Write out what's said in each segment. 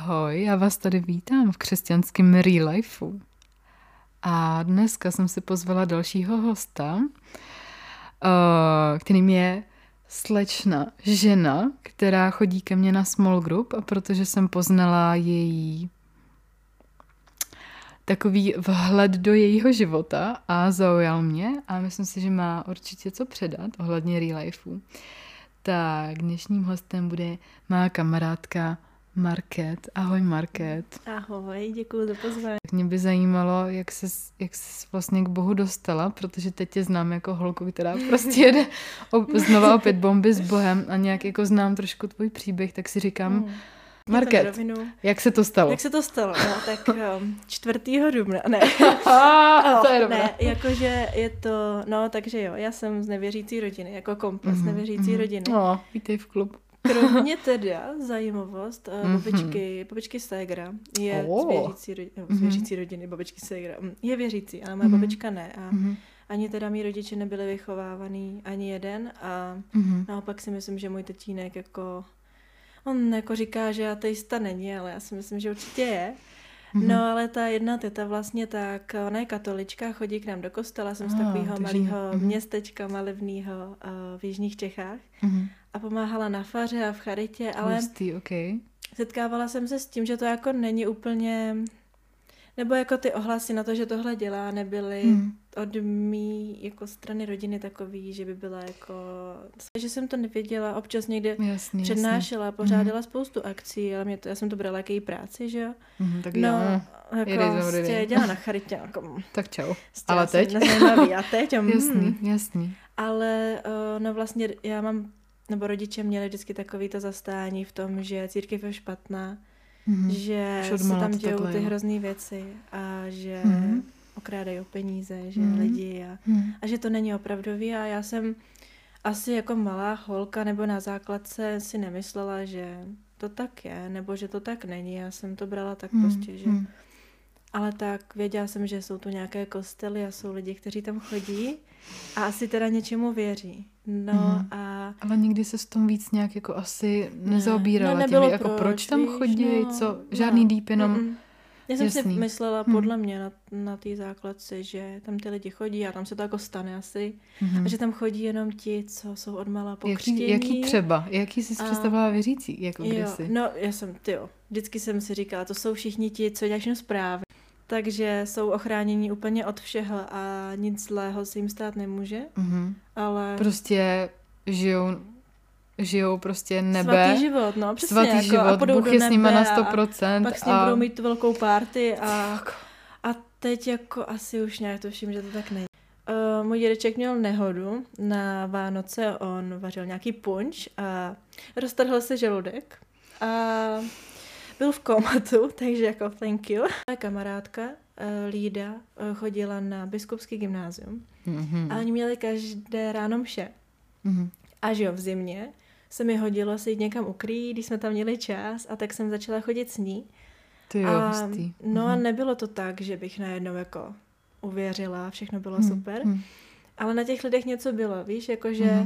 Ahoj, já vás tady vítám v křesťanském real lifeu. A dneska jsem si pozvala dalšího hosta, kterým je slečna, žena, která chodí ke mně na small group, a protože jsem poznala její takový vhled do jejího života a zaujal mě a myslím si, že má určitě co předat ohledně real lifeu. Tak dnešním hostem bude má kamarádka Market. Ahoj Market. Ahoj, děkuji za pozvání. Mě by zajímalo, jak ses vlastně k Bohu dostala, protože teď tě znám jako holku, která prostě jede znova opět bomby s Bohem a nějak jako znám trošku tvůj příběh, tak si říkám, Market, jak se to stalo? Jak se to stalo? No, tak 4. dubna, ne. To je dobré. Ne, jakože je to, no takže jo, já jsem z nevěřící rodiny, jako komplet z nevěřící rodiny. No, vítej v klub. Kromě teda zajímavost, babičky ségra je z věřící rodiny, babičky ségra je věřící, ale moje babička ne a ani teda mý rodiče nebyli vychovávaný ani jeden a naopak si myslím, že můj tatínek jako, on jako říká, že ateista není, ale já si myslím, že určitě je. No ale ta jedna teta vlastně tak, ona je katolička, chodí k nám do kostela, jsem z takového malého městečka malebného v jižních Čechách a pomáhala na faře a v charitě, ale setkávala jsem se s tím, že to jako není úplně, nebo jako ty ohlasy na to, že tohle dělá, nebyly od mý jako strany rodiny takový, že by byla jako, že jsem to nevěděla, občas někde přednášela, pořádala spoustu akcí, ale já jsem to brala jako její práci, že jo. Tak no, jako dělala na charitě. Jako, tak čau. Ale teď? A teď? Jasný. Ale no vlastně já mám, nebo rodiče měli vždycky takový to zastání v tom, že církev je špatná, že se tam dějou ty hrozný věci a že okrádají o peníze, že lidi a že to není opravdový a já jsem asi jako malá holka nebo na základce si nemyslela, že to tak je, nebo že to tak není. Já jsem to brala tak prostě, že... Ale tak věděla jsem, že jsou tu nějaké kostely a jsou lidi, kteří tam chodí a asi teda něčemu věří. No a... Ale nikdy se s tom víc nějak jako asi nezaobírala tím, jako proč tam chodí, žádný deep, jenom... Já jsem si myslela podle mě na té základce, že tam ty lidi chodí a tam se to jako stane asi. A že tam chodí jenom ti, co jsou odmala pokřtění. Jaký třeba? Jaký jsi představila věřící? Jako kdysi? No, vždycky jsem si říkala, to jsou všichni ti, co dělají správně. Takže jsou ochráněni úplně od všeho a nic zlého se jim stát nemůže. Ale... Prostě žijou prostě nebe. Svatý život, no přesně. Svatý život, Bůh je s nima na 100%. Pak s ním budou mít tu velkou party a teď jako asi už nějak tuším, že to tak není. Můj dědeček měl nehodu na Vánoce, on vařil nějaký punč a roztrhl se žaludek a byl v komatu, takže jako thank you. Moje kamarádka Lída chodila na biskupský gymnázium a oni měli každé ráno mše. A že jo, v zimě se mi hodilo se jít někam ukrýt, když jsme tam měli čas a tak jsem začala chodit s ní. No a nebylo to tak, že bych najednou jako uvěřila, všechno bylo super, ale na těch lidech něco bylo, víš, jakože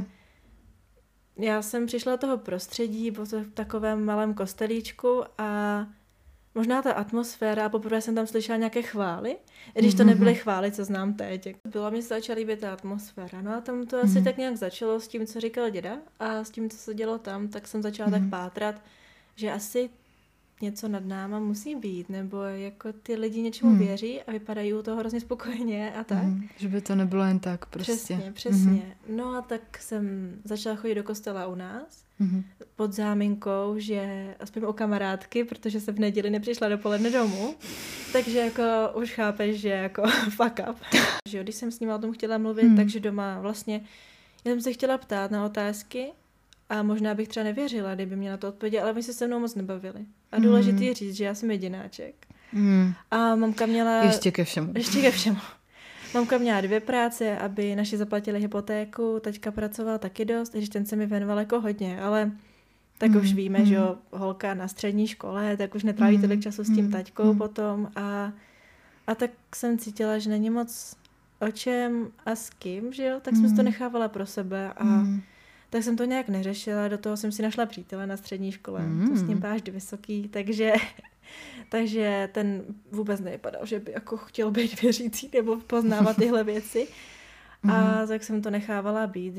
já jsem přišla do toho prostředí, bylo to v takovém malém kostelíčku a možná ta atmosféra, poprvé jsem tam slyšela nějaké chvály, i když to nebyly chvály, co znám teď. Bylo mi se začala líbit ta atmosféra. No a tam to asi tak nějak začalo s tím, co říkal děda a s tím, co se dělo tam, tak jsem začala tak pátrat, že asi něco nad náma musí být, nebo jako ty lidi něčemu věří a vypadají u toho hrozně spokojeně a tak. Že by to nebylo jen tak prostě. Přesně. No a tak jsem začala chodit do kostela u nás pod záminkou, že aspoň u kamarádky, protože jsem v neděli nepřišla dopoledne domů, takže jako už chápeš, že jako fuck up. Že když jsem s ním o tom chtěla mluvit, takže doma vlastně já jsem se chtěla ptát na otázky a možná bych třeba nevěřila, kdyby mě na to odpověděla, ale my se se mnou moc nebavili. A důležitý je říct, že já jsem jedináček. A mamka měla... Ještě ke všemu. Mamka měla 2 práce, aby naši zaplatili hypotéku, taťka pracoval taky dost, když ten se mi věnoval jako hodně, ale tak už víme, že jo, holka na střední škole, tak už netráví tolik času s tím taťkou potom a tak jsem cítila, že není moc o čem a s kým, že jo, tak jsem si to nechávala pro sebe a tak jsem to nějak neřešila, do toho jsem si našla přítele na střední škole, to s ním páš vysoký, takže Takže ten vůbec nevypadal, že by jako chtěl být věřící nebo poznávat tyhle věci. A tak jsem to nechávala být,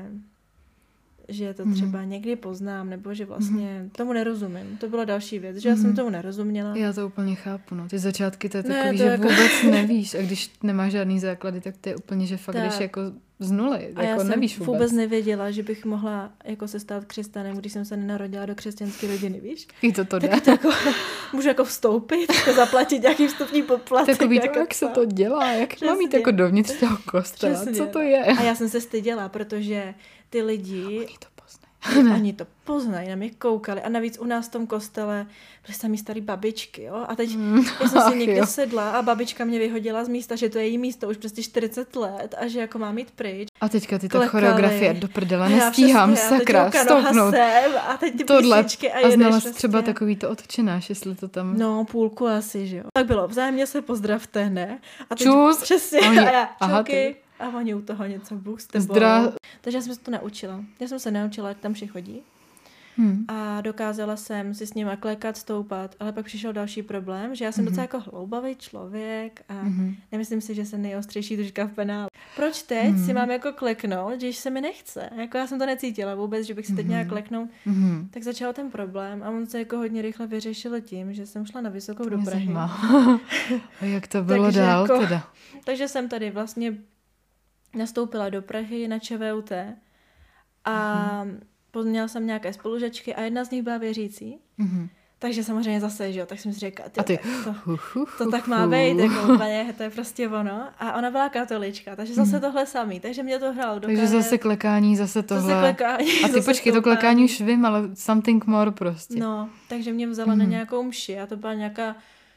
že to třeba někdy poznám, nebo že vlastně tomu nerozumím. To byla další věc, že já jsem tomu nerozuměla. Já to úplně chápu, no. Ty začátky to je takový, že jako... vůbec nevíš a když nemáš žádný základy, tak to je úplně, že fakt jdeš jako z nuly, a jako já nevíš jsem vůbec nevěděla, že bych mohla jako se stát křesťanem, když jsem se nenarodila do křesťanské rodiny, víš? I to jde. Tak to jako, můžu jako vstoupit, jako zaplatit nějaký vstupní poplatek. Takový to, jak se to dělá, jak mám jít jako dovnitř toho kostela, co to je? A já jsem se styděla, protože ty lidi... Oni to poznají, na mě koukali a navíc u nás v tom kostele byly samý starý babičky, jo? A teď já jsem si někde sedla a babička mě vyhodila z místa, že to je její místo už prostě 40 let a že jako mám jít pryč. A teďka ty ta choreografie do prdele, nestíhám, sakra, stoupnout. A teď ty tohle písničky a znala prostě. třeba takový to odčenáš, jestli to tam... No, půlku asi, že jo. Tak bylo, vzájemně se pozdravte, ne? A teď čus! Přesně, a já, čauky. A oni u toho něco, Bůh s tebou. Takže já jsem se to naučila. Já jsem se naučila, jak tam všichni chodí. A dokázala jsem si s nima klekat, stoupat, ale pak přišel další problém, že já jsem docela jako hloubavý člověk a nemyslím si, že jsem nejostřejší držka v penále. Proč teď si mám jako kleknout, když se mi nechce? Jako já jsem to necítila vůbec, že bych si teď měla kleknout. Tak začal ten problém a on se jako hodně rychle vyřešil tím, že jsem šla na vysokou do Prahy. A jak to bylo dál jako, teda? Takže jsem tady vlastně nastoupila do Prahy na ČVUT a měla jsem nějaké spolužačky a jedna z nich byla věřící. Takže samozřejmě zase, že jo, tak jsem si řekla, to tak má být, jako úplně, to je prostě ono. A ona byla katolička, takže zase tohle samý, takže mě to hrálo do Takže zase klekání, zase tohle. Zase klekání, a ty počkej, to klekání už vím, ale something more prostě. No, takže mě vzala na nějakou mši a to byla nějaká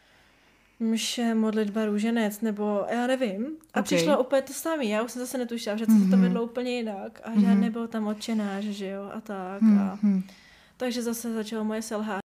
mše, modlitba, růženec, nebo já nevím. A přišlo úplně to samé. Já už jsem zase netušila, že se to vedlo úplně jinak. A že nebyl tam otčenáš, že jo, a tak. Takže zase začalo moje selhání.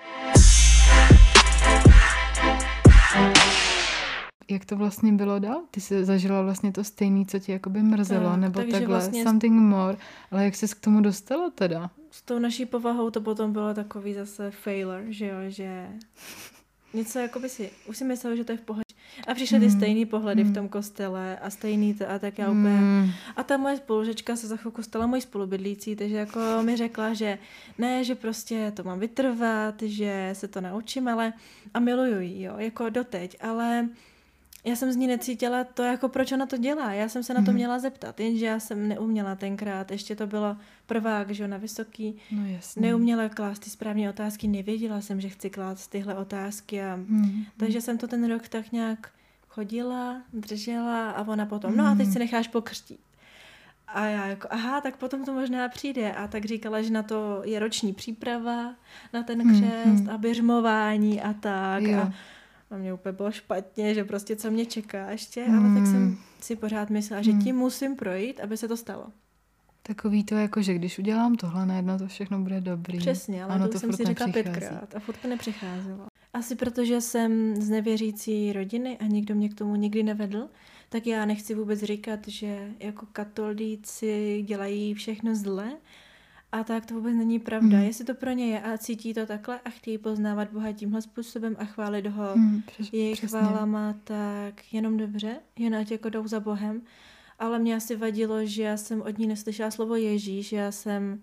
Jak to vlastně bylo dál? Ty jsi zažila vlastně to stejný, co ti jakoby mrzelo, tak, nebo takhle, vlastně something more. Ale jak jsi k tomu dostala teda? S tou naší povahou to potom bylo takový zase failure, že jo, že... Něco jakoby si, už si myslela, že to je v pohodě. A přišly ty stejný pohledy v tom kostele a stejný to a tak já úplně. A ta moje spolužečka se za chvilku stala mojí spolubydlící, takže jako mi řekla, že ne, že prostě to mám vytrvat, že se to naučím, ale a miluju ji, jo, jako doteď, ale já jsem z ní necítila to, jako proč ona to dělá. Já jsem se na to měla zeptat, jenže já jsem neuměla tenkrát, ještě to bylo prvák, že jo, na vysoký. No jasně. Neuměla klást ty správné otázky, nevěděla jsem, že chci klást tyhle otázky a takže jsem to ten rok tak nějak chodila, držela a ona potom, no a teď se necháš pokřtít. A já jako, aha, tak potom to možná přijde. A tak říkala, že na to je roční příprava, na ten křest a běžmování a tak. A mě úplně bylo špatně, že prostě co mě čeká ještě, ale tak jsem si pořád myslela, že tím musím projít, aby se to stalo. Takový to jako, že když udělám tohle, najednou to všechno bude dobrý. Přesně, ale to jsem si řekla 5krát a furt to nepřicházelo. Asi protože jsem z nevěřící rodiny a nikdo mě k tomu nikdy nevedl, tak já nechci vůbec říkat, že jako katolíci dělají všechno zle, a tak to vůbec není pravda. Jestli to pro ně je a cítí to takhle a chtějí poznávat Boha tímhle způsobem a chválit ho jejich chválama, tak jenom dobře, jen ať jako jdou za Bohem. Ale mě asi vadilo, že já jsem od ní neslyšela slovo Ježíš, já jsem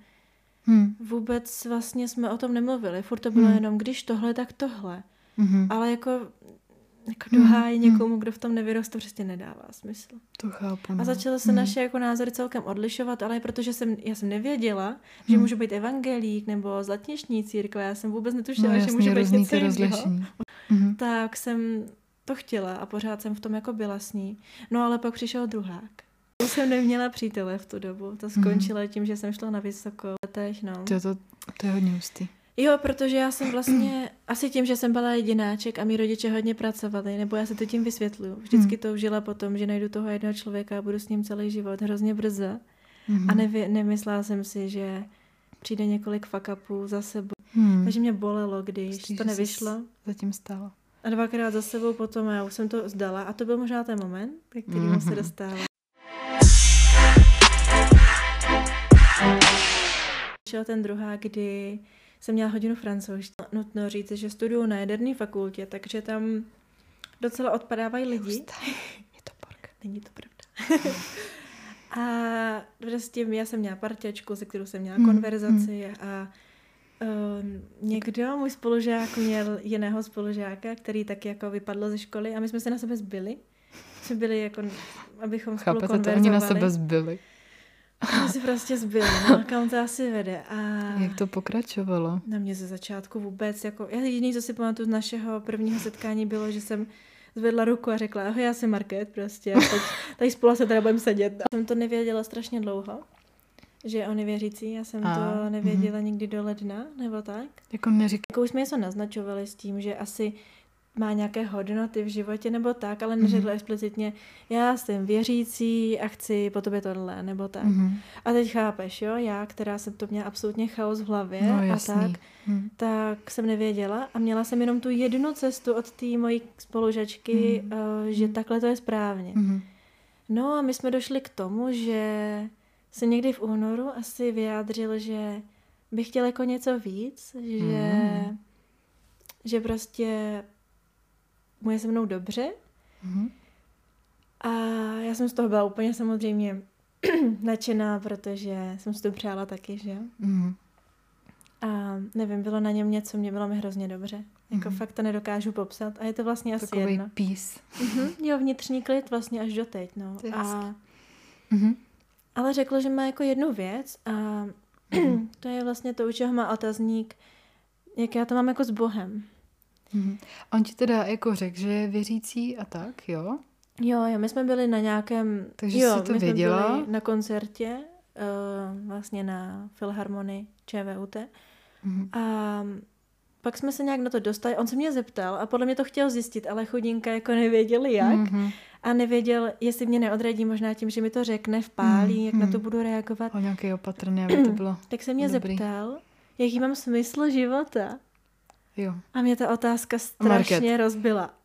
vůbec vlastně jsme o tom nemluvili. Furt to bylo jenom, když tohle, tak tohle. Ale jako dohájí někomu, kdo v tom nevyrostl, prostě nedává smysl. To chápu. A začalo se naše jako názory celkem odlišovat, ale protože já jsem nevěděla, že můžu být evangelík nebo zlatniční církve, já jsem vůbec netušila, že můžu být něco jiného. Tak jsem to chtěla a pořád jsem v tom jako byla s ní. No ale pak přišel druhák. Já jsem neměla přítele v tu dobu. To skončilo tím, že jsem šla na vysokou. No. To je hodně hustý. Jo, protože já jsem vlastně, asi tím, že jsem byla jedináček a mý rodiče hodně pracovali, nebo já se to tím vysvětluju. Vždycky toužila potom, že najdu toho jednoho člověka a budu s ním celý život hrozně brzo. A nemyslela jsem si, že přijde několik fuck-upů za sebou. Takže mě bolelo, když to nevyšlo. Zatím stála. A 2krát za sebou potom já už jsem to zdala a to byl možná ten moment, ke kterému se dostala. Šel ten druhá, kdy jsem měla hodinu francouzštiny. Nutno říct, že studuju na jaderné fakultě, takže tam docela odpadávají lidi. Je to porka. Není to pravda. A prostě já jsem měla parťačku, se kterou jsem měla konverzaci a někdo, můj spolužák, měl jiného spolužáka, který taky jako vypadl ze školy a my jsme se na sebe zbyli. Jsme byli jako, abychom spolu konverzovali. Chápete to? Oni na sebe zbyli. My se prostě zbyli, no, kam to asi vede. A jak to pokračovalo? na mě ze začátku vůbec, jako, já jediný, co si pamatuju z našeho prvního setkání, bylo, že jsem zvedla ruku a řekla, ahoj, já jsem Market, prostě, tady spolu se teda budeme sedět. Já jsem to nevěděla strašně dlouho, že on je věřící, já jsem to nevěděla nikdy do ledna, nebo tak. Jako neříkám. Jako už jsme něco naznačovali s tím, že asi má nějaké hodnoty v životě nebo tak, ale neřekla explicitně, já jsem věřící a chci po tobě tohle, nebo tak. A teď chápeš, jo, já, která jsem to měla absolutně chaos v hlavě a tak jsem nevěděla a měla jsem jenom tu jednu cestu od té mojí spolužačky, že takhle to je správně. No a my jsme došli k tomu, že jsem někdy v únoru asi vyjádřil, že bych chtěl jako něco víc, že prostě mu je se mnou dobře. A já jsem z toho byla úplně samozřejmě nadšená, protože jsem si to přála taky, že jo. A nevím, bylo na něm něco, bylo mi hrozně dobře. Jako fakt to nedokážu popsat. A je to vlastně asi takový jedno. peace. Jo, vnitřní klid vlastně až doteď, no. Ale řekl, že má jako jednu věc a to je vlastně to, u čeho má otazník, jak já to mám jako s Bohem. On ti teda jako řekl, že je věřící a tak, jo? Jo, my jsme byli na nějakém... Takže jsi to věděla? Jsme byli na koncertě, vlastně na Filharmonii ČVUT. A pak jsme se nějak na to dostali. On se mě zeptal a podle mě to chtěl zjistit, ale chudinka jako nevěděl jak. A nevěděl, jestli mě neodradí možná tím, že mi to řekne, vpálí, jak na to budu reagovat. O nějaký opatrný, aby to bylo tak se mě zeptal, jaký mám smysl života. Jo. A mě ta otázka strašně rozbila.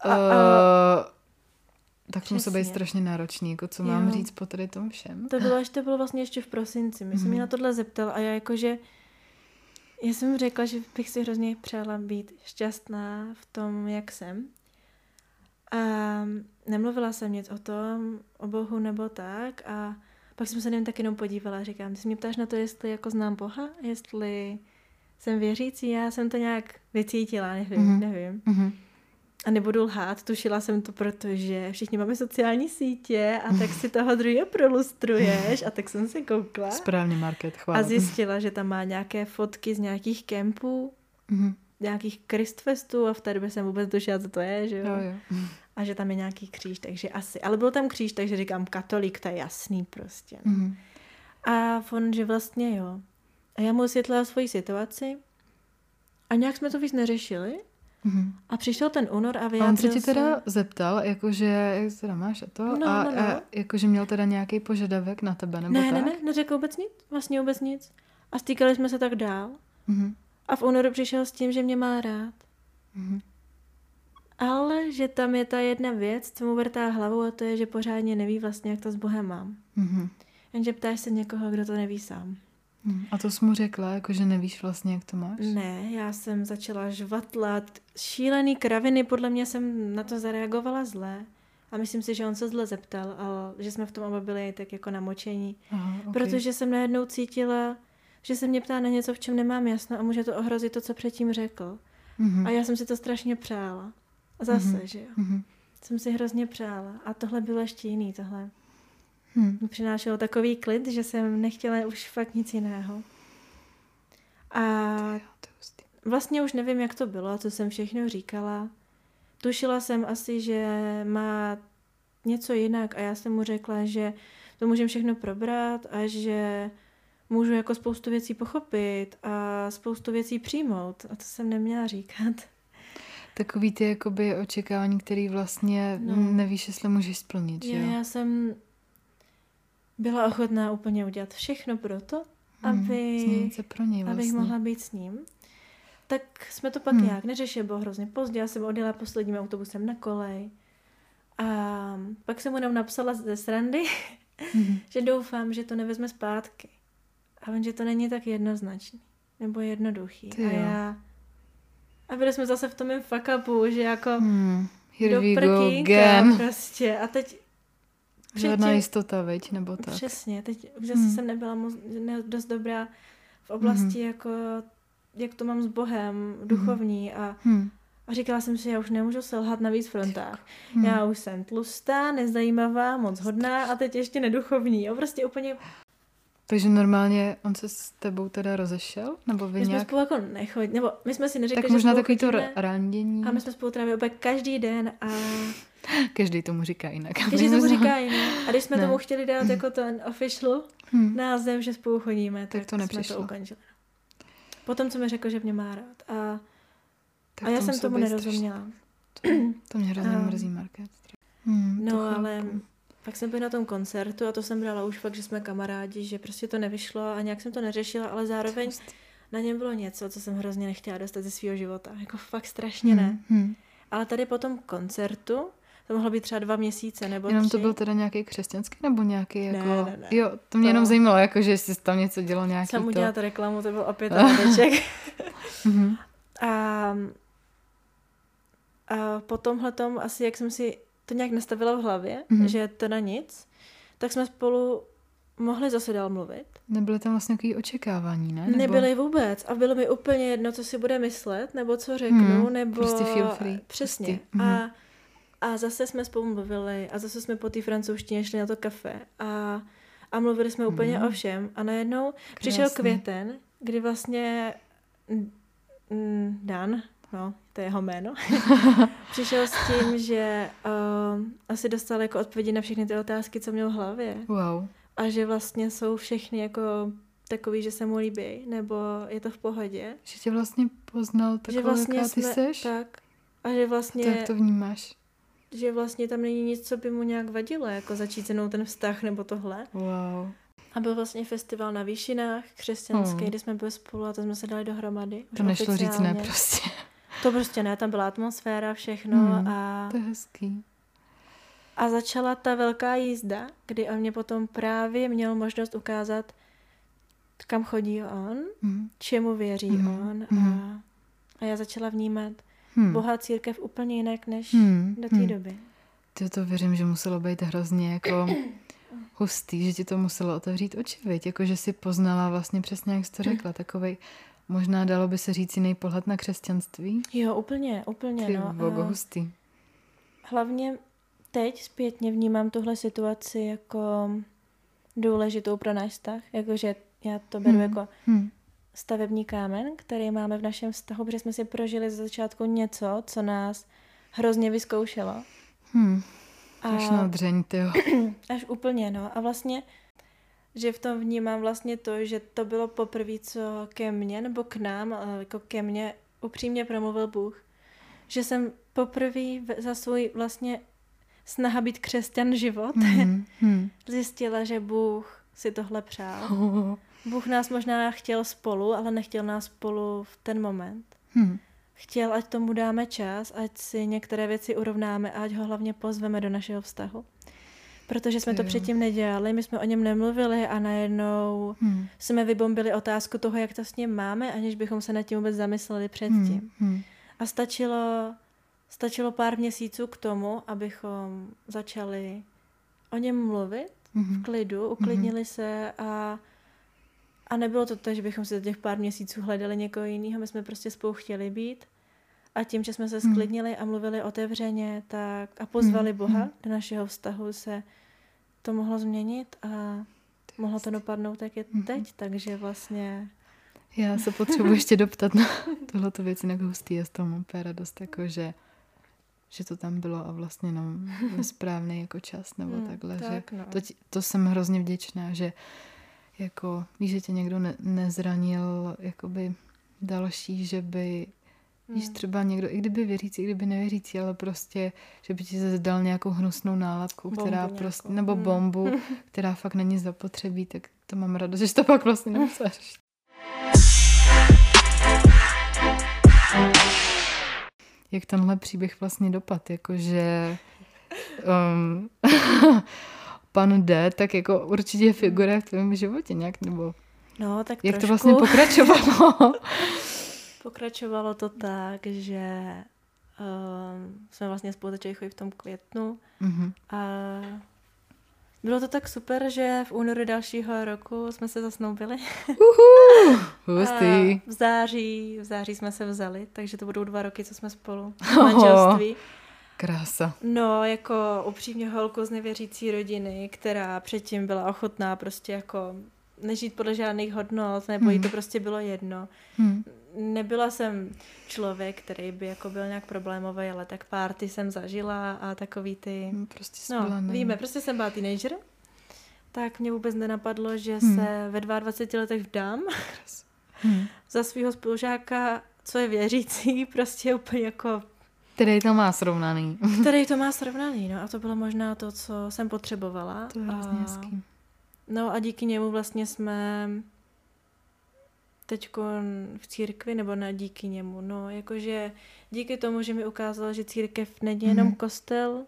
Tak musel být strašně náročný, jako co mám říct po tady tom všem. To bylo vlastně ještě v prosinci. My jsem mě na tohle zeptal a já jakože já jsem řekla, že bych si hrozně přála být šťastná v tom, jak jsem. A nemluvila jsem nic o tom, o Bohu nebo tak. A pak jsem se nevím tak jenom podívala a říkám, ty se mě ptáš na to, jestli jako znám Boha, jestli jsem věřící, já jsem to nějak vycítila, nevím. A nebudu lhát, tušila jsem to, protože všichni máme sociální sítě a tak si toho druhého prolustruješ a tak jsem se koukla. Správně, Market, chvála. A zjistila, že tam má nějaké fotky z nějakých kempů, nějakých Christfestů a v té době jsem vůbec tušila, co to je, že jo? A že tam je nějaký kříž, takže asi. Ale byl tam kříž, takže říkám, katolík, to je jasný prostě. A on, že vlastně jo. A já mu osvětlila svoji situaci a nějak jsme to víc neřešili. A přišel ten únor a vyjádřil a on se ti teda zeptal, jakože, jak teda máš a to? A jakože měl teda nějaký požadavek na tebe, nebo tak? Ne, neřekl vůbec nic, vlastně vůbec nic. A stýkali jsme se tak dál. A v únoru přišel s tím, že mě má rád. Ale že tam je ta jedna věc, co mu vrtá hlavou, a to je, že pořádně neví vlastně, jak to s Bohem mám. Jenže ptáš se někoho, kdo to neví sám. A to jsi mu řekla, jako že nevíš vlastně, jak to máš? Ne, já jsem začala žvatlat šílený kraviny, podle mě jsem na to zareagovala zle. A myslím si, že on se zle zeptal, ale že jsme v tom oba byli tak jako namočení. Protože jsem najednou cítila, že se mě ptá na něco, v čem nemám jasno a může to ohrozit to, co předtím řekl. A já jsem si to strašně přála. A zase, že jo. Jsem si hrozně přála. A tohle bylo ještě jiný, tohle. Mi přinášelo takový klid, že jsem nechtěla už fakt nic jiného. A vlastně už nevím, jak to bylo, co jsem všechno říkala. Tušila jsem asi, že má něco jinak a já jsem mu řekla, že to můžeme všechno probrat a že můžu jako spoustu věcí pochopit a spoustu věcí přijmout. A to jsem neměla říkat. Takový ty jakoby očekávání, který vlastně nevíš, jestli můžeš splnit, že jo? Já jsem byla ochotná úplně udělat všechno pro to, abych mohla být s ním. Tak jsme to pak nějak neřešili, bylo hrozně pozdě, já jsem odjela posledním autobusem na kolej. A pak jsem mu jenom napsala ze srandy, že doufám, že to nevezme zpátky. A on, že to není tak jednoznačný. nebo jednoduchý. A byli jsme zase v tom mým fuck upu, že jako here we go prkínka again. prostě. A teď Žádná jistota, veď, nebo tak. Přesně, teď už zase jsem nebyla dost dobrá v oblasti, jako, jak to mám s Bohem, duchovní a říkala jsem si, já už nemůžu selhat na víc frontách. Já už jsem tlustá, nezajímavá, moc hodná a teď ještě neduchovní. Jo, prostě úplně... Takže normálně on se s tebou teda rozešel? Nebo vy my nějak... jsme spolu jako nechodili, nebo my jsme si neřekli, tak že možná spolu takový chodíme, to randění. a my jsme spolu trávili opět každý den a... Každý tomu říká jinak. Každý tomu říká jinak. A když jsme tomu chtěli dát jako ten official název, že spolu chodíme, tak to nepřišlo. jsme to ukončili. Potom, co mi řekl, že mě má rád. A já to jsem tomu nerozuměla. To mě hrozně mrzí, Markéta. No, ale pak jsem byla na tom koncertu a to jsem brala už fakt, že jsme kamarádi, že prostě to nevyšlo a nějak jsem to neřešila, ale zároveň na něm bylo něco, co jsem hrozně nechtěla dostat ze svého života. Jako fakt strašně ne. Ale tady po tom koncertu, to mohlo být třeba 2 měsíce nebo 3. Jenom to byl teda nějaký křesťanský nebo nějaký jako... Ne. Jo, to mě jenom zajímalo, jako, že jsi tam něco dělal nějaký jsem to... udělala reklamu, to byl opět radeček. A po tomhletom asi, jak jsem si to nějak nastavila v hlavě, že je to na nic, tak jsme spolu mohli zase dál mluvit. Nebyly tam vlastně nějaké očekávání, ne? Nebo... Nebyly vůbec. A bylo mi úplně jedno, co si bude myslet, nebo co řeknu, nebo... Prostě feel free. Přesně. Prostě. A zase jsme spolu mluvili a zase jsme po té francouzštině šli na to kafe a mluvili jsme úplně o všem. A najednou přišel květen, kdy vlastně Dan, no, to je jeho jméno, přišel s tím, že asi dostal jako odpovědi na všechny ty otázky, co měl v hlavě. Wow. A že vlastně jsou všechny jako takový, že se mu líbí, nebo je to v pohodě. Že tě vlastně poznal takovou, vlastně jaká ty seš? Tak. A že vlastně... Tak to vnímáš? Že vlastně tam není nic, co by mu nějak vadilo, jako začít se mnou ten vztah nebo tohle. Wow. A byl vlastně festival na výšinách křesťanský, kde jsme byli spolu a to jsme se dali dohromady. To nešlo říct ne prostě. To prostě ne, tam byla atmosféra, všechno a... To je hezký. A začala ta velká jízda, kdy on mě potom právě měl možnost ukázat, kam chodí on, čemu věří on a já začala vnímat Boha církev úplně jinak než do té doby. To věřím, že muselo být hrozně jako hustý, že ti to muselo otevřít oči, viď? Jako, že si poznala vlastně přesně, jak jsi to řekla, takovej, možná dalo by se říct jiný pohled na křesťanství. Jo, úplně, no. Hustý. Hlavně teď zpětně vnímám tuhle situaci jako důležitou pro náš vztah, jakože já to beru jako stavební kámen, který máme v našem vztahu, protože jsme si prožili ze začátku něco, co nás hrozně vyzkoušelo. Až na dřeň, tyjo. Až úplně, no. A vlastně, že v tom vnímám vlastně to, že to bylo poprvé, co ke mně, nebo k nám, jako ke mně upřímně promluvil Bůh. Že jsem poprvé za svůj vlastně snaha být křesťan život zjistila, že Bůh si tohle přál. Bůh nás možná chtěl spolu, ale nechtěl nás spolu v ten moment. Chtěl, ať tomu dáme čas, ať si některé věci urovnáme a ať ho hlavně pozveme do našeho vztahu. Protože jsme to předtím nedělali, my jsme o něm nemluvili a najednou jsme vybombili otázku toho, jak to s ním máme, aniž bychom se nad tím vůbec zamysleli předtím. A stačilo pár měsíců k tomu, abychom začali o něm mluvit v klidu, uklidnili se a nebylo to tak, že bychom si za těch pár měsíců hledali někoho jiného, my jsme prostě spolu chtěli být a tím, že jsme se sklidnili a mluvili otevřeně tak a pozvali Boha do našeho vztahu, se to mohlo změnit a mohlo to dopadnout, jak je teď, takže vlastně... Já se potřebuji ještě doptat na tohleto věc, jinak hustý, já z toho mám úplně radost, jako že to tam bylo a vlastně správný jako čas nebo takhle, tak, že no. to jsem hrozně vděčná, že jako víš, že tě někdo nezranil jakoby další, že by víš, třeba někdo, i kdyby věřící, i kdyby nevěřící, ale prostě, že by ti zase dal nějakou hnusnou nálepku, která prostě, nebo bombu, která fakt není zapotřebí, tak to mám radost, že to pak vlastně nemusela řešit. Jak tenhle příběh vlastně dopad, jakože pan D, tak jako určitě figuruje v tvém životě nějak, nebo No, tak Jak trošku. to vlastně pokračovalo? Pokračovalo to tak, že jsme vlastně spolu začali chodit v tom květnu a bylo to tak super, že v únoru dalšího roku jsme se zasnoubili. Hustý. V září jsme se vzali, takže to budou 2 roky, co jsme spolu v manželství. Krása. No, jako upřímně holku z nevěřící rodiny, která předtím byla ochotná prostě jako nežít podle žádných hodnot, nebo jí to prostě bylo jedno. Nebyla jsem člověk, který by jako byl nějak problémový, ale tak party jsem zažila a takový ty... Prostě víme, prostě jsem byla teenager. Tak mě vůbec nenapadlo, že se ve 22 letech vdám za svého spolužáka, co je věřící, prostě úplně jako... Který to má srovnaný. No a to bylo možná to, co jsem potřebovala. To je hrozně hezký. No a díky němu vlastně jsme teďko v církvi, nebo ne díky němu, no jakože díky tomu, že mi ukázalo, že církev není jenom kostel,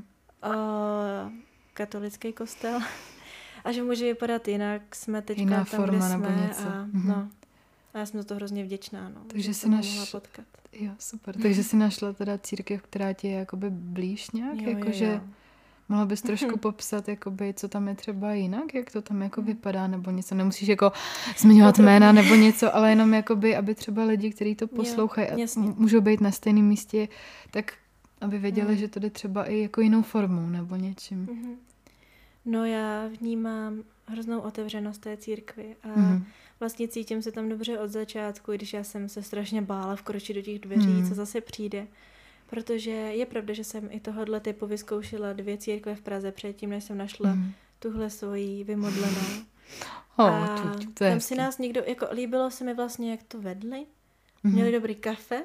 katolický kostel, a že může vypadat jinak, jsme teďka jiná tam, forma, kde nebo jsme něco. A já jsem za to hrozně vděčná, no, takže že si jsem mohla potkat. Jo, super. Takže si našla teda církev, která ti je jakoby blíž nějak? Jakože mohla bys trošku popsat, jakoby, co tam je třeba jinak, jak to tam jako vypadá, nebo něco. Nemusíš jako zmiňovat jména nebo něco, ale jenom jakoby, aby třeba lidi, kteří to poslouchají a můžou být na stejném místě, tak aby věděli, že to jde třeba i jako jinou formou nebo něčím. No já vnímám hroznou otevřenost té církvi a vlastně cítím se tam dobře od začátku, když já jsem se strašně bála vkročit do těch dveří, co zase přijde. Protože je pravda, že jsem i tohohle typu vyzkoušela 2 církve v Praze předtím, než jsem našla tuhle svoji vymodlenou. A tam si nás někdo, jako líbilo se mi vlastně, jak to vedli. Měli dobrý kafe,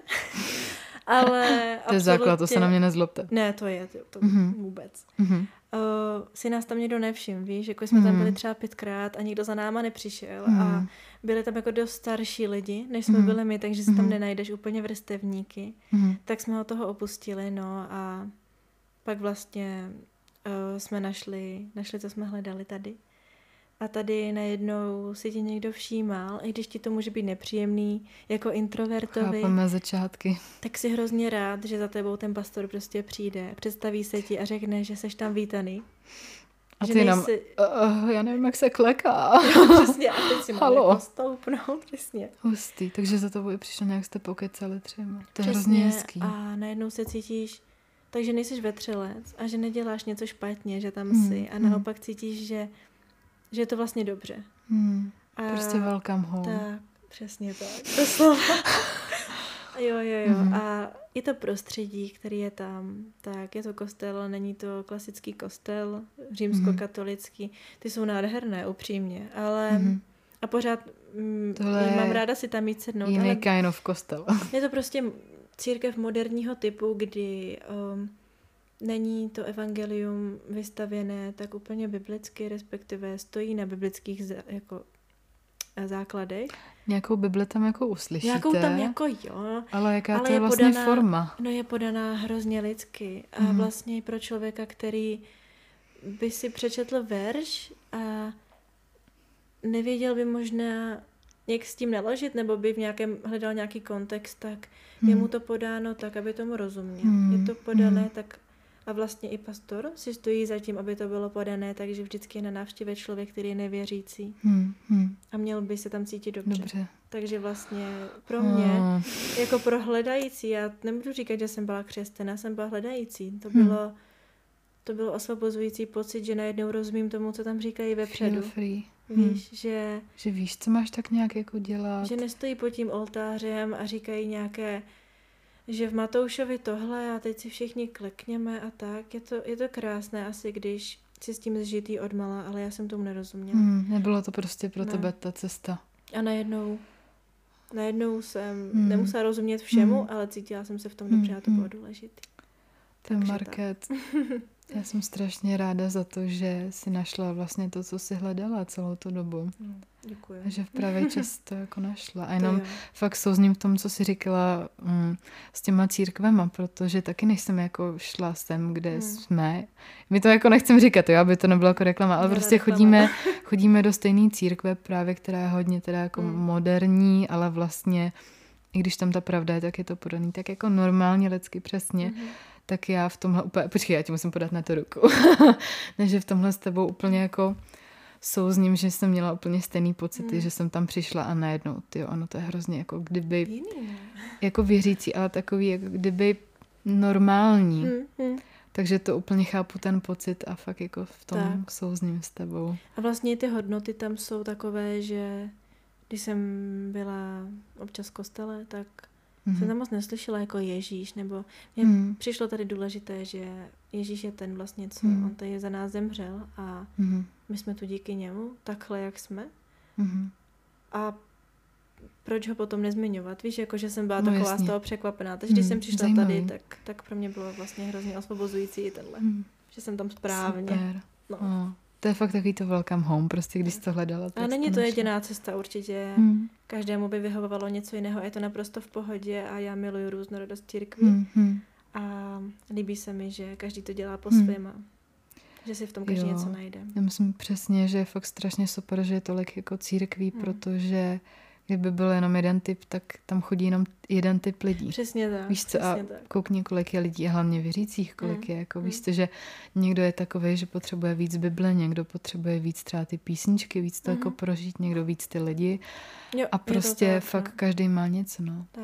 ale to je základ, to se na mě nezlobte. Ne, to je, to vůbec. Si nás tam někdo nevšiml, víš, jako jsme tam byli třeba 5krát a nikdo za náma nepřišel a byli tam jako dost starší lidi, než jsme byli my, takže si tam nenajdeš úplně vrstevníky. Tak jsme od toho opustili, no a pak vlastně jsme našli, co jsme hledali tady. A tady najednou si tě někdo všímal, i když ti to může být nepříjemný, jako introvertovi. Chápeme začátky. Tak si hrozně rád, že za tebou ten pastor prostě přijde, představí se ti a řekne, že seš tam vítaný. A ty nám, já nevím, jak se kleká. Přesně, a teď si máme postoupnout, přesně. Hustý, takže za tebou i přišlo, nějak jste pokecali třeba. To je hrozně hezký. A najednou se cítíš, takže nejsiš vetřelec a že neděláš něco špatně, že tam jsi a naopak cítíš, že je to vlastně dobře. A prostě welcome home. Tak, přesně tak. To slovo. Jo. A i to prostředí, který je tam, tak je to kostel, ale není to klasický kostel, římskokatolický. Ty jsou nádherné, upřímně, ale a pořád mám ráda si tam jít sednout. Jiný kind of kostel. Je to prostě církev moderního typu, kdy není to evangelium vystavěné tak úplně biblicky, respektive stojí na biblických jako základech. Nějakou Bibli tam jako uslyšíte. Nějakou tam jako jo. Ale jaká to je vlastně forma? No je podaná hrozně lidsky. A vlastně pro člověka, který by si přečetl verš a nevěděl by možná, jak s tím naložit, nebo by hledal nějaký kontext, tak je mu to podáno tak, aby tomu rozuměl. Je to podané tak. A vlastně i pastor si stojí za tím, aby to bylo podané, takže vždycky je na návštěvě člověk, který je nevěřící. A měl by se tam cítit dobře. Takže vlastně pro mě, jako pro hledající, já nebudu říkat, že jsem byla křesťaná, jsem byla hledající. To bylo osvobozující pocit, že najednou rozumím tomu, co tam říkají vepředu. Feel free. Víš, že víš, co máš tak nějak jako dělat. Že nestojí pod tím oltářem a říkají nějaké, že v Matoušovi tohle a teď si všichni klekněme a tak. Je to krásné asi, když si s tím zžitý odmala, ale já jsem tomu nerozuměla. Nebylo to prostě pro tebe ta cesta. A najednou jsem nemusela rozumět všemu, ale cítila jsem se v tom dobře a to bylo důležité. Ten market. Já jsem strašně ráda za to, že si našla vlastně to, co si hledala celou tu dobu. Děkuji. A že v pravý čas to jako našla. A jenom fakt souzním v tom, co jsi říkala s těma církvema, protože taky než jsem jako šla sem, kde jsme. My to jako nechcem říkat, jo, aby to nebylo jako reklama, ale prostě chodíme do stejné církve právě, která je hodně teda jako moderní, ale vlastně, i když tam ta pravda je, tak je to podaný tak jako normálně, lidsky přesně. Tak já v tomhle úplně, počkej, já ti musím podat na to ruku, než v tomhle s tebou úplně jako souzním, že jsem měla úplně stejný pocity, že jsem tam přišla a najednou, tyjo, ono to je hrozně jako kdyby, jako věřící, ale takový jako kdyby normální. Takže to úplně chápu ten pocit a fakt jako v tom souzním s tebou. A vlastně ty hodnoty tam jsou takové, že když jsem byla občas v kostele, tak jsem tam moc neslyšela jako Ježíš, nebo mně přišlo tady důležité, že Ježíš je ten vlastně, co on tady za nás zemřel a my jsme tu díky němu, takhle, jak jsme. A proč ho potom nezmiňovat? Víš, jako, že jsem byla taková z toho překvapená. Takže když jsem přišla tady, tak pro mě bylo vlastně hrozně osvobozující i tenhle. Že jsem tam správně. Super. No. To je fakt takový to welcome home, prostě když to hledala. A není to jediná cesta určitě. Každému by vyhovovalo něco jiného. Je to naprosto v pohodě a já miluju různorodost církví. A líbí se mi, že každý to dělá po svém a že si v tom každý něco najde. Já myslím přesně, že je fakt strašně super, že je tolik jako církví, protože kdyby byl jenom jeden typ, tak tam chodí jenom jeden typ lidí. Přesně tak. Víš co, a koukni, kolik je lidí, a hlavně věřících, kolik je, jako víš co, že někdo je takovej, že potřebuje víc Bible, někdo potřebuje víc třeba ty písničky, víc to jako prožít, někdo víc ty lidi. Jo, a prostě tak, fakt každý má něco, no. Tak.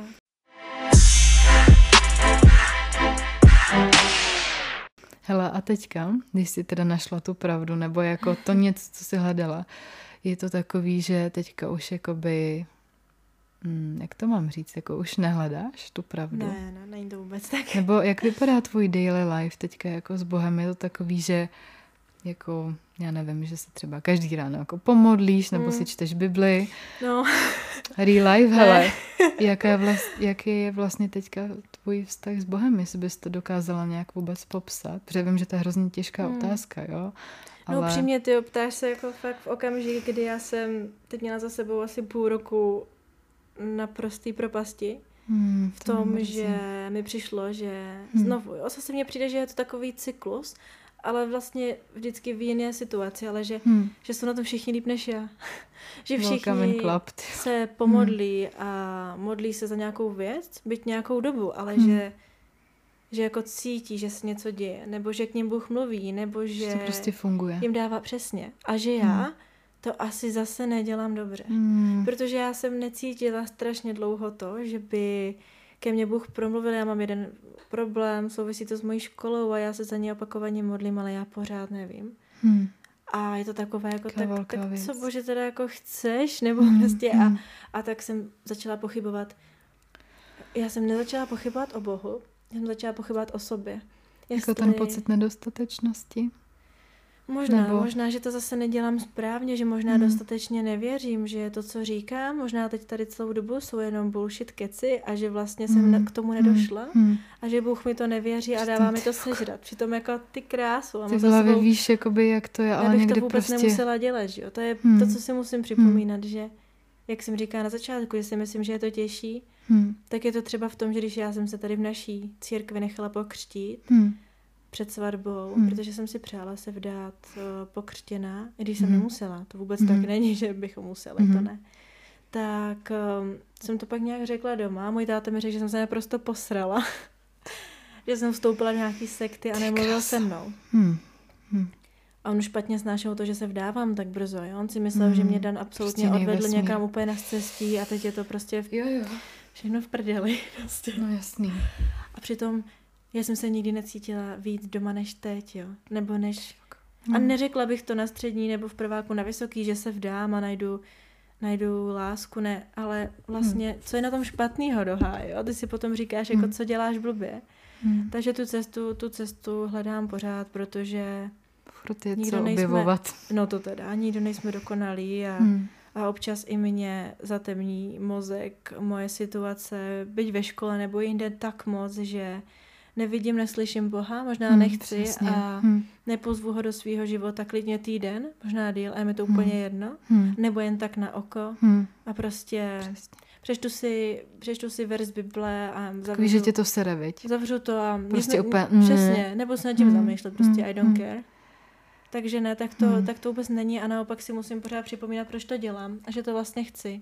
Hele, a teďka, když jsi teda našla tu pravdu, nebo jako to něco, co jsi hledala, je to takový, že teďka už jakoby, jak to mám říct, jako už nehledáš tu pravdu? Ne, není to vůbec tak. Nebo jak vypadá tvůj daily life teďka jako s Bohem? Je to takový, že jako, já nevím, že se třeba každý ráno jako pomodlíš, nebo si čteš Bibli. No. Real life, hele. Jaký je vlastně teďka tvůj vztah s Bohem, jestli bys to dokázala nějak vůbec popsat? Protože vím, že to je hrozně těžká otázka, jo? Ale... No upřímně, ty ptáš se jako fakt v okamžik, kdy já jsem teď měla za sebou asi půl roku na prostý propasti. V tom, že mi přišlo, že znovu, jo, zase mně přijde, že je to takový cyklus, ale vlastně vždycky v jiné situaci, ale že jsou na tom všichni líp než já. Že všichni se pomodlí a modlí se za nějakou věc, byť nějakou dobu, ale že jako cítí, že se něco děje, nebo že k ním Bůh mluví, nebo že to prostě funguje. Jim dává přesně. A že já to asi zase nedělám dobře. Protože já jsem necítila strašně dlouho to, že by ke mně Bůh promluvil, já mám jeden problém, souvisí to s mojí školou a já se za ní opakovaně modlím, ale já pořád nevím. A je to takové jako tak co Bože teda jako chceš, nebo prostě a tak jsem začala pochybovat. Já jsem nezačala pochybovat o Bohu, já jsem začala pochybovat o sobě. Jako ten pocit nedostatečnosti? Možná, že to zase nedělám správně, že možná dostatečně nevěřím, že to, co říkám, možná teď tady celou dobu jsou jenom bullshit keci a že vlastně jsem k tomu nedošla a že Bůh mi to nevěří a dává mi to sežrat. Přitom jako ty krásu. A ty v hlavě víš, jakoby, jak to je, ale někdy to vůbec prostě... nemusela dělat, že jo? To je to, co si musím připomínat, že jak jsem říkala na začátku, že si myslím, že je to těžší, tak je to třeba v tom, že když já jsem se tady v naší církvi nechala pokřtít, před svatbou, protože jsem si přála se vdát pokřtěná, i když jsem nemusela. To vůbec tak není, že bychom museli, to ne. Tak jsem to pak nějak řekla doma. Můj táta mi řekl, že jsem se naprosto posrala. Že jsem vstoupila do nějaký sekty a nemluvil se mnou. A on špatně snášel to, že se vdávám tak brzo. Jo? On si myslel, že mě Dan absolutně prostě odvedl někam úplně na cestí a teď je to prostě všechno v prdeli. Prostě. No jasný. A přitom já jsem se nikdy necítila víc doma než teď, jo. Nebo než... A neřekla bych to na střední nebo v prváku na vysoký, že se vdám a najdu lásku, ne. Ale vlastně, co je na tom špatnýho dohá, jo. Ty si potom říkáš, jako co děláš blbě. Takže tu cestu hledám pořád, protože... Furt je co objevovat. No to teda, nikdo nejsme dokonalí a občas i mě zatemní mozek, moje situace, byť ve škole nebo jinde tak moc, že nevidím, neslyším Boha, možná nechci přesně. a nepozvu ho do svého života klidně týden, možná díl a je mi to úplně jedno, nebo jen tak na oko a prostě přečtu si verš Bible a Takový, že tě to sere, viď? Zavřu to a prostě úplně, přesně, nebo se nad tím zamýšlet, prostě I don't care. Takže ne, tak to vůbec není a naopak si musím pořád připomínat, proč to dělám a že to vlastně chci.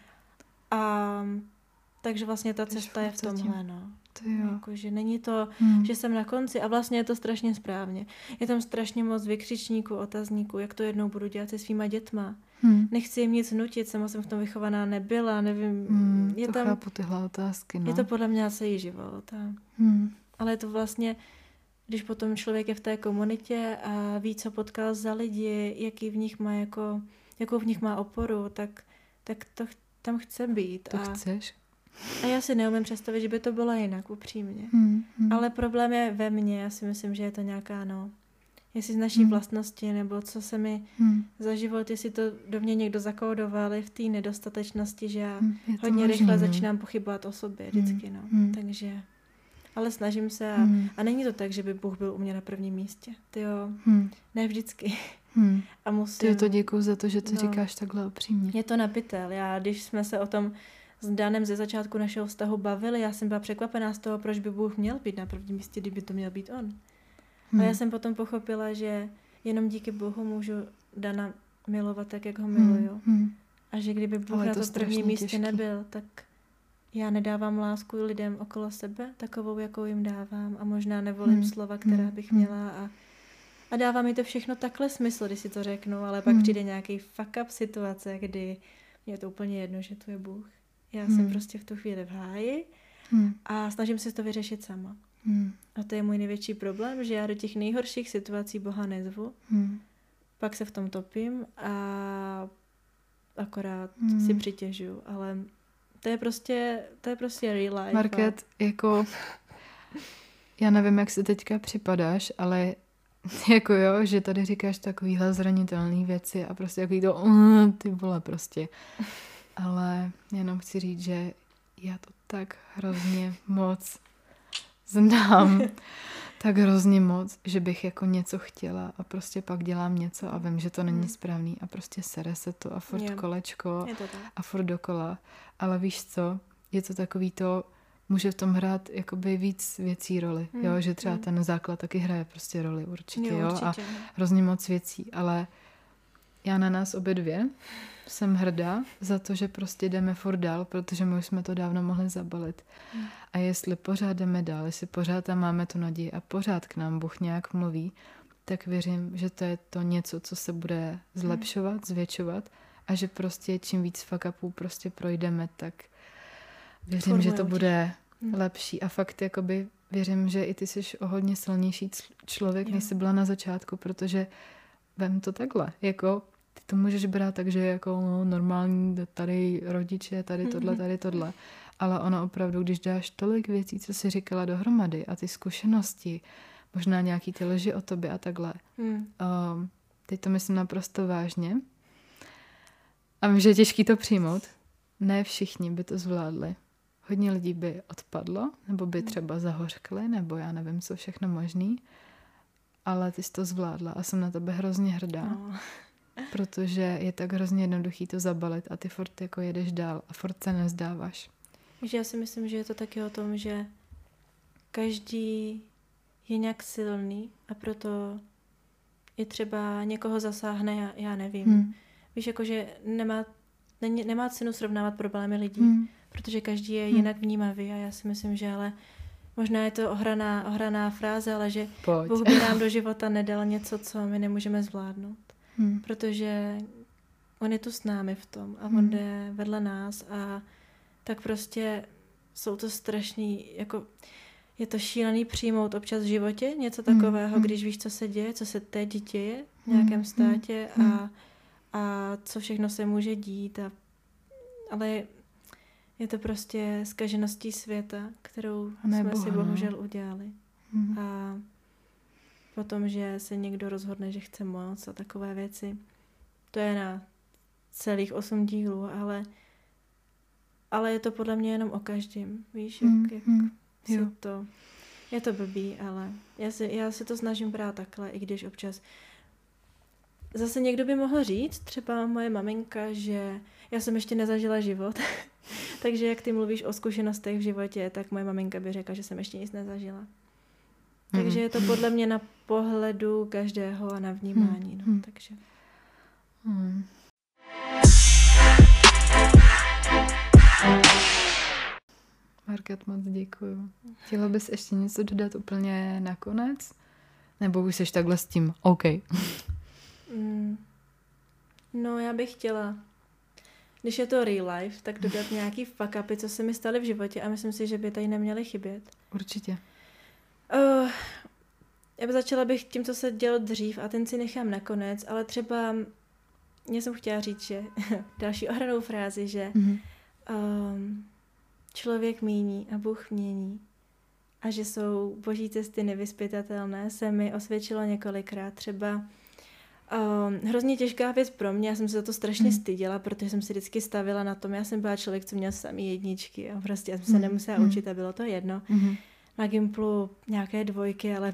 A takže vlastně ta cesta je v tomhle, no. Jako, že není to, že jsem na konci a vlastně je to strašně správně. Je tam strašně moc vykřičníků, otazníků, jak to jednou budu dělat se svýma dětma. Nechci jim nic nutit, sama jsem v tom vychovaná nebyla, nevím. To tam, chápu tyhle otázky, no. Je to podle mě celý život. Ale je to vlastně, když potom člověk je v té komunitě a ví, co potkal za lidi, jaký v nich má jakou v nich má oporu, tak to tam chce být. To chceš? A já si neumím představit, že by to bylo jinak, upřímně. Ale problém je ve mně, já si myslím, že je to nějaká, jestli z naší vlastnosti, nebo co se mi za život, jestli to do mě někdo zakódoval v té nedostatečnosti, že já hodně rychle začínám pochybovat o sobě vždycky, takže... Ale snažím se a není to tak, že by Bůh byl u mě na prvním místě. Ne vždycky. A musím... Ty to děkuju za to, že to říkáš takhle upřímně. Je to na pytel. Když jsme se o tom s Danem ze začátku našeho vztahu bavili, já jsem byla překvapená z toho, proč by Bůh měl být na prvním místě, kdyby to měl být on. A já jsem potom pochopila, že jenom díky Bohu můžu Dana milovat tak, jak ho miluju. A že kdyby Bůh na to prvním místě nebyl, tak já nedávám lásku lidem okolo sebe, takovou, jakou jim dávám a možná nevolím slova, která bych měla a dává mi to všechno takhle smysl, když si to řeknu, ale pak přijde nějaký fuck up situace, kdy mě je to úplně jedno, že tu je Bůh. Já jsem prostě v tu chvíli v háji a snažím se to vyřešit sama. A to je můj největší problém, že já do těch nejhorších situací Boha nezvu, pak se v tom topím a akorát si přitěžuju, ale to je prostě real life. Market, jako já nevím, jak si teďka připadáš, ale jako jo, že tady říkáš takovýhle zranitelné věci a prostě takový to ty vole prostě. Ale jenom chci říct, že já to tak hrozně moc znám, tak hrozně moc, že bych jako něco chtěla a prostě pak dělám něco a vím, že to není správný a prostě sere se to a furt kolečko a furt dokola. Ale víš co, je to takový to, může v tom hrát jakoby víc věcí roli, jo, že třeba ten základ taky hraje prostě roli určitě, jo, a hrozně moc věcí, ale já na nás obě dvě jsem hrdá za to, že prostě jdeme furt dál, protože my už jsme to dávno mohli zabalit. A jestli pořád jdeme dál, jestli pořád tam máme tu naději a pořád k nám Bůh nějak mluví, tak věřím, že to je to něco, co se bude zlepšovat, zvětšovat a že prostě čím víc fuck upů prostě projdeme, tak věřím, že to bude lepší. A fakt jakoby věřím, že i ty jsi o hodně silnější člověk, než jsi byla na začátku, protože vem to takhle, jako ty to můžeš brát tak, že jako normální tady rodiče, tady tohle, ale ono opravdu, když dáš tolik věcí, co jsi říkala dohromady a ty zkušenosti, možná nějaký ty lži o tobě a takhle, teď to myslím naprosto vážně a vím, že je těžký to přijmout, ne všichni by to zvládli. Hodně lidí by odpadlo, nebo by třeba zahořkli, nebo já nevím, co všechno možný, ale ty jsi to zvládla a jsem na tebe hrozně hrdá. Protože je tak hrozně jednoduchý to zabalit a ty furt jako jedeš dál a furt se nezdáváš. Takže já si myslím, že je to taky o tom, že každý je nějak silný a proto je třeba někoho zasáhne, já nevím. Víš, jakože nemá cenu srovnávat problémy lidí, protože každý je jinak vnímavý a já si myslím, že ale možná je to ohraná fráze, ale že Bůh by nám do života nedal něco, co my nemůžeme zvládnout. Protože on je tu s námi v tom a on jde vedle nás a tak prostě jsou to strašný, jako je to šílený přijmout občas v životě něco takového, když víš, co se děje, co se teď děje v nějakém státě a co všechno se může dít. Ale je to prostě zkažeností světa, kterou jsme si bohužel udělali. A potom, že se někdo rozhodne, že chce moc a takové věci. To je na celých 8 dílů, ale je to podle mě jenom o každém. Víš, jak si to Je to blbý, ale já si to snažím brát takhle, i když občas zase někdo by mohl říct, třeba moje maminka, že já jsem ještě nezažila život, takže jak ty mluvíš o zkušenostech v životě, tak moje maminka by řekla, že jsem ještě nic nezažila. Takže je to podle mě na pohledu každého a na vnímání. No, takže. Market, moc děkuju. Chtěla bys ještě něco dodat úplně nakonec? Nebo už jsi takhle s tím OK? No, já bych chtěla, když je to real life, tak dodat nějaký fuck upy, co se mi staly v životě a myslím si, že by tady neměly chybět. Určitě. Začala bych tím, co se dělo dřív a ten si nechám nakonec, ale třeba já jsem chtěla říct, že další ohranou frázi, že člověk míní a Bůh mění a že jsou boží cesty nevyzpytatelné, se mi osvědčilo několikrát. Třeba hrozně těžká věc pro mě, já jsem se za to strašně styděla, protože jsem si vždycky stavila na tom, já jsem byla člověk, co měl samý jedničky a prostě já jsem se nemusela učit a bylo to jedno. Na Gimplu nějaké 2, ale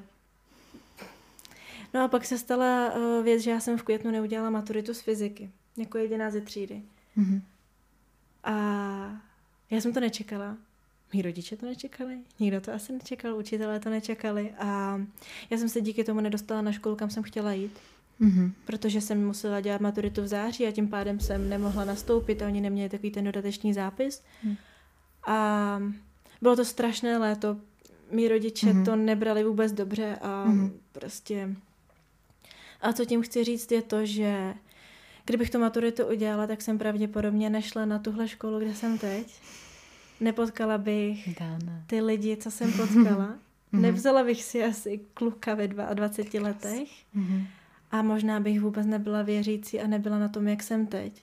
no a pak se stala věc, že já jsem v květnu neudělala maturitu z fyziky, jako jediná ze třídy. A já jsem to nečekala. Mí rodiče to nečekali, nikdo to asi nečekal, učitelé to nečekali a já jsem se díky tomu nedostala na školu, kam jsem chtěla jít. Protože jsem musela dělat maturitu v září a tím pádem jsem nemohla nastoupit a oni neměli takový ten dodatečný zápis. A bylo to strašné léto. Mí rodiče to nebrali vůbec dobře a prostě... A co tím chci říct je to, že kdybych tu maturitu udělala, tak jsem pravděpodobně nešla na tuhle školu, kde jsem teď. Nepotkala bych ty lidi, co jsem potkala. Nevzala bych si asi kluka ve 22 letech. A možná bych vůbec nebyla věřící a nebyla na tom, jak jsem teď.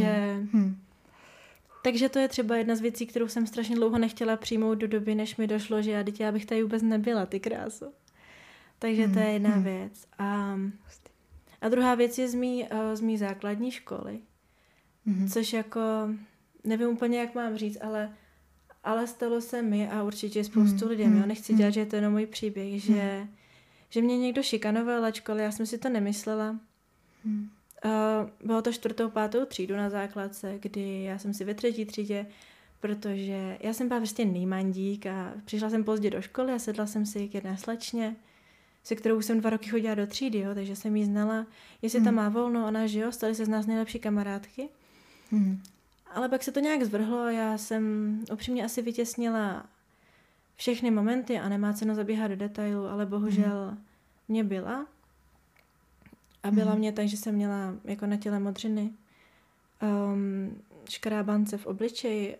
Takže to je třeba jedna z věcí, kterou jsem strašně dlouho nechtěla přijmout do doby, než mi došlo, že já bych tady vůbec nebyla, ty krásu. Takže to je jedna věc. A druhá věc je z mý základní školy. Což jako, nevím úplně, jak mám říct, ale stalo se mi a určitě spoustu lidem. Já nechci dělat, že je to jenom můj příběh, že mě někdo šikanoval na škole, já jsem si to nemyslela. Bylo to 4., 5. třídu na základce, kdy já jsem si ve 3. třídě, protože já jsem byla prostě nejmandík a přišla jsem pozdě do školy a sedla jsem si k jedné slečně, se kterou jsem 2 roky chodila do třídy, jo, takže jsem jí znala, jestli tam má volno, ona, že jo, stali se z nás nejlepší kamarádky. Ale pak se to nějak zvrhlo a já jsem upřímně asi vytěsnila všechny momenty a nemá cenu zabíhat do detailu, ale bohužel mě byla. A byla mě tak, že jsem měla jako na těle modřiny, škrábance v obličeji,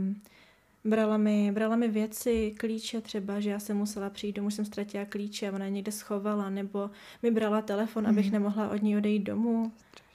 brala mi věci, klíče třeba, že já jsem musela přijít domů, jsem ztratila klíče a ona je někde schovala, nebo mi brala telefon, abych nemohla od ní odejít domů.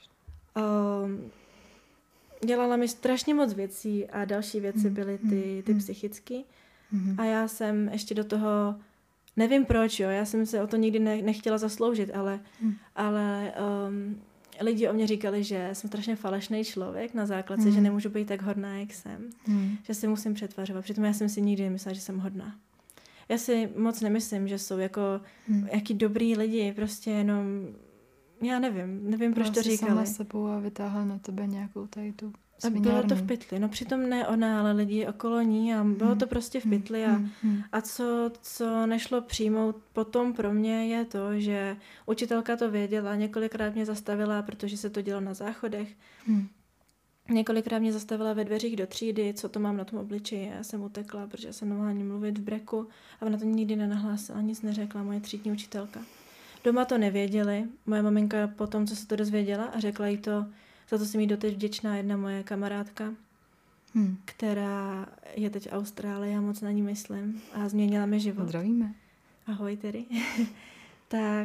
Dělala mi strašně moc věcí a další věci byly ty psychické. A já jsem ještě do toho, nevím proč, jo, já jsem se o to nikdy nechtěla zasloužit, ale lidi o mě říkali, že jsem strašně falešný člověk na základce, že nemůžu být tak hodná, jak jsem, že se musím přetvařovat. Přitom já jsem si nikdy nemyslela, že jsem hodná. Já si moc nemyslím, že jsou jako jaký dobrý lidi, prostě jenom, já nevím, proč to říkali. Sama sebou a vytáhla na tebe nějakou tady tu svinárnu. A bylo to v pytli, no přitom ne ona, ale lidi okolo ní a bylo to prostě v pytli a co nešlo přijmout potom pro mě je to, že učitelka to věděla, několikrát mě zastavila, protože se to dělo na záchodech, několikrát mě zastavila ve dveřích do třídy, co to mám na tom obličeji, já jsem utekla, protože jsem nemohla ani mluvit v breku a ona to nikdy nenahlásila, nic neřekla, moje třídní učitelka. Doma to nevěděli, moje maminka potom, co se to dozvěděla a řekla jí to, za to jsem jí doteď vděčná, jedna moje kamarádka, která je teď v Austrálii, já moc na ní myslím a změnila mi život. Zdravíme. Ahoj tedy. Tak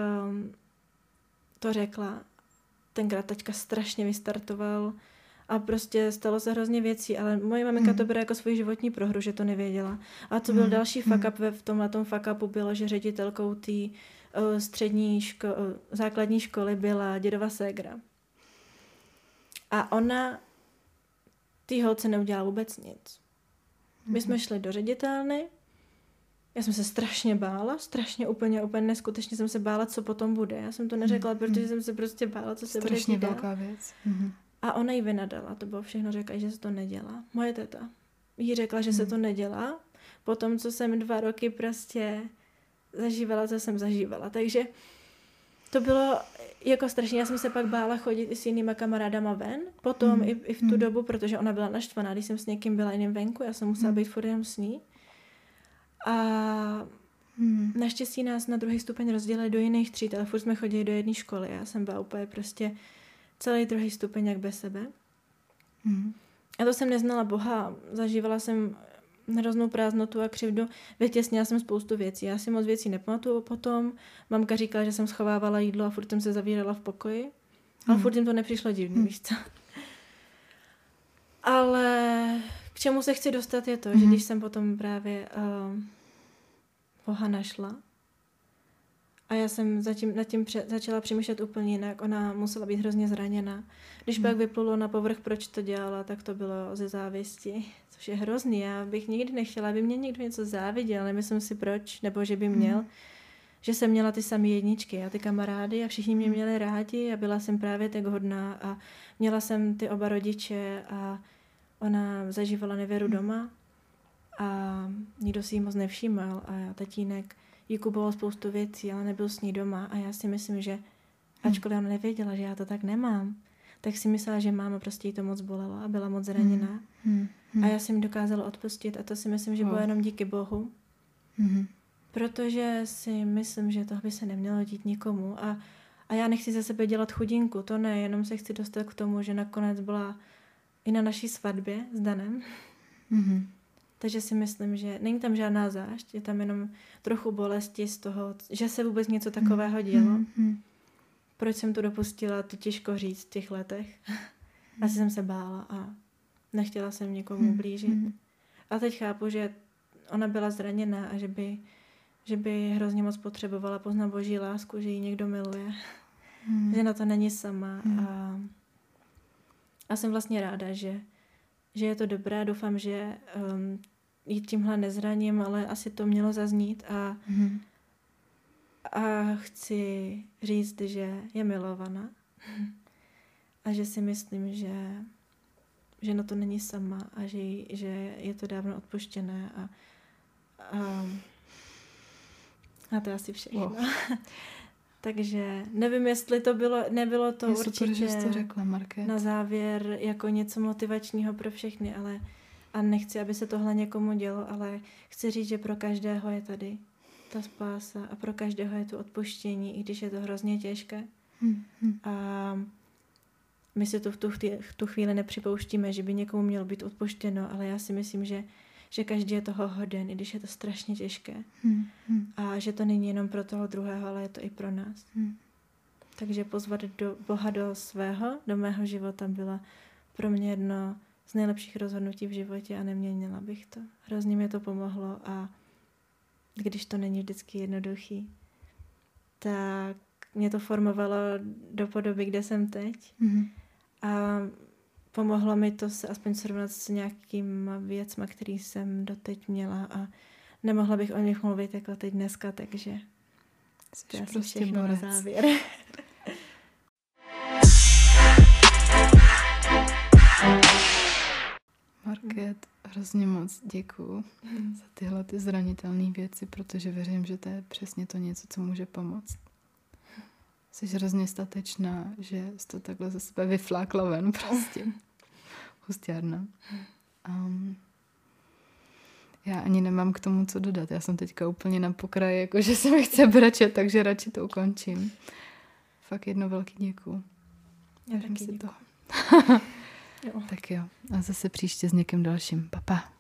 to řekla. Tenkrát taťka strašně vystartoval a prostě stalo se hrozně věcí, ale moje maminka to bere jako svůj životní prohru, že to nevěděla. A co byl další fuck up v tomhletom fuck upu bylo, že ředitelkou té základní školy byla dědova ségra. A ona té holce neudělala vůbec nic. My jsme šli do ředitelny, Já jsem se strašně bála, úplně neskutečně jsem se bála, co potom bude. Já jsem to neřekla, protože jsem se prostě bála, co se bude dít. Strašně velká věc. A ona jí vynadala, to bylo všechno, řekla, že se to nedělá. Moje teta jí řekla, že se to nedělá, potom, co jsem 2 roky prostě zažívala, co jsem zažívala. Takže to bylo jako strašně. Já jsem se pak bála chodit i s jinýma kamarádama ven, potom i v tu dobu, protože ona byla naštvaná, když jsem s někým byla jiným venku, já jsem musela být furt jenom s ní. A naštěstí nás na 2. stupeň rozdělili do jiných tříd, ale furt jsme chodili do jedné školy. Já jsem byla úplně prostě celý 2. stupeň jak bez sebe. A to jsem neznala Boha. Zažívala jsem hroznou prázdnotu a křivdu. Vytěsnila jsem spoustu věcí. Já si moc věcí nepamatuju potom. Mamka říkala, že jsem schovávala jídlo a furt jsem se zavírala v pokoji. Ale furt jim to nepřišlo divný, víš co. Ale k čemu se chci dostat je to, že když jsem potom právě Boha našla a já jsem nad tím začala přemýšlet úplně jinak. Ona musela být hrozně zraněná. Když pak vyplulo na povrch, proč to dělala, tak to bylo ze závisti, což je hrozný. Já bych nikdy nechtěla, aby mě někdo něco záviděl, nemyslím si proč, nebo že by měl, že jsem měla ty samé jedničky a ty kamarády a všichni mě měli rádi a byla jsem právě tak hodná a měla jsem ty oba rodiče a ona zažívala nevěru doma a nikdo si jí moc nevšímal a tatínek jí kupoval spoustu věcí, ale nebyl s ní doma a já si myslím, že ačkoliv ona nevěděla, že já to tak nemám, tak si myslela, že máma prostě jí to moc bolelo a byla moc zraněná. A já jsem jí dokázala odpustit a to si myslím, že bylo jenom díky Bohu. Protože si myslím, že tohle by se nemělo dít nikomu a já nechci ze sebe dělat chudinku, to ne, jenom se chci dostat k tomu, že nakonec byla i na naší svatbě s Danem. Takže si myslím, že není tam žádná zášť, je tam jenom trochu bolesti z toho, že se vůbec něco takového dělo. Proč jsem to dopustila, to těžko říct v těch letech. Asi jsem se bála a nechtěla jsem někomu blížit. A teď chápu, že ona byla zraněná a že by hrozně moc potřebovala poznat Boží lásku, že ji někdo miluje. Že na to není sama. A jsem vlastně ráda, že je to dobré. Doufám, že ji tímhle nezraním, ale asi to mělo zaznít a chci říct, že je milovaná a že si myslím, že na to není sama a že je to dávno odpuštěné a to je asi všechno. Wow. Takže nevím, jestli to nebylo to je určitě super, že jsi to řekla, Markéto. Na závěr jako něco motivačního pro všechny, ale a nechci, aby se tohle někomu dělo, ale chci říct, že pro každého je tady ta spása a pro každého je to odpuštění, i když je to hrozně těžké. A my si to v tu chvíli nepřipouštíme, že by někomu mělo být odpuštěno, ale já si myslím, že každý je toho hoden, i když je to strašně těžké. A že to není jenom pro toho druhého, ale je to i pro nás. Takže pozvat Boha do mého života byla pro mě jedno z nejlepších rozhodnutí v životě a neměnila bych to. Hrozně mi to pomohlo a když to není vždycky jednoduchý, tak mě to formovalo do podoby, kde jsem teď. A pomohlo mi to se aspoň srovnat s nějakýma věcma, který jsem doteď měla a nemohla bych o nich mluvit jako teď dneska, takže to je prostě všechno na závěr. Markéto, hrozně moc děkuju za tyhle ty zranitelné věci, protože věřím, že to je přesně to něco, co může pomoct. Jsi hrozně statečná, že jsi to takhle ze sebe vyflákla ven prostě. Hustárna. Já ani nemám k tomu co dodat. Já jsem teďka úplně na pokraji, jakože se mi chce brečet, takže radši to ukončím. Fakt jedno velký děkuju. Já taky děkuju. Tak jo. A zase příště s někým dalším. Pa, pa.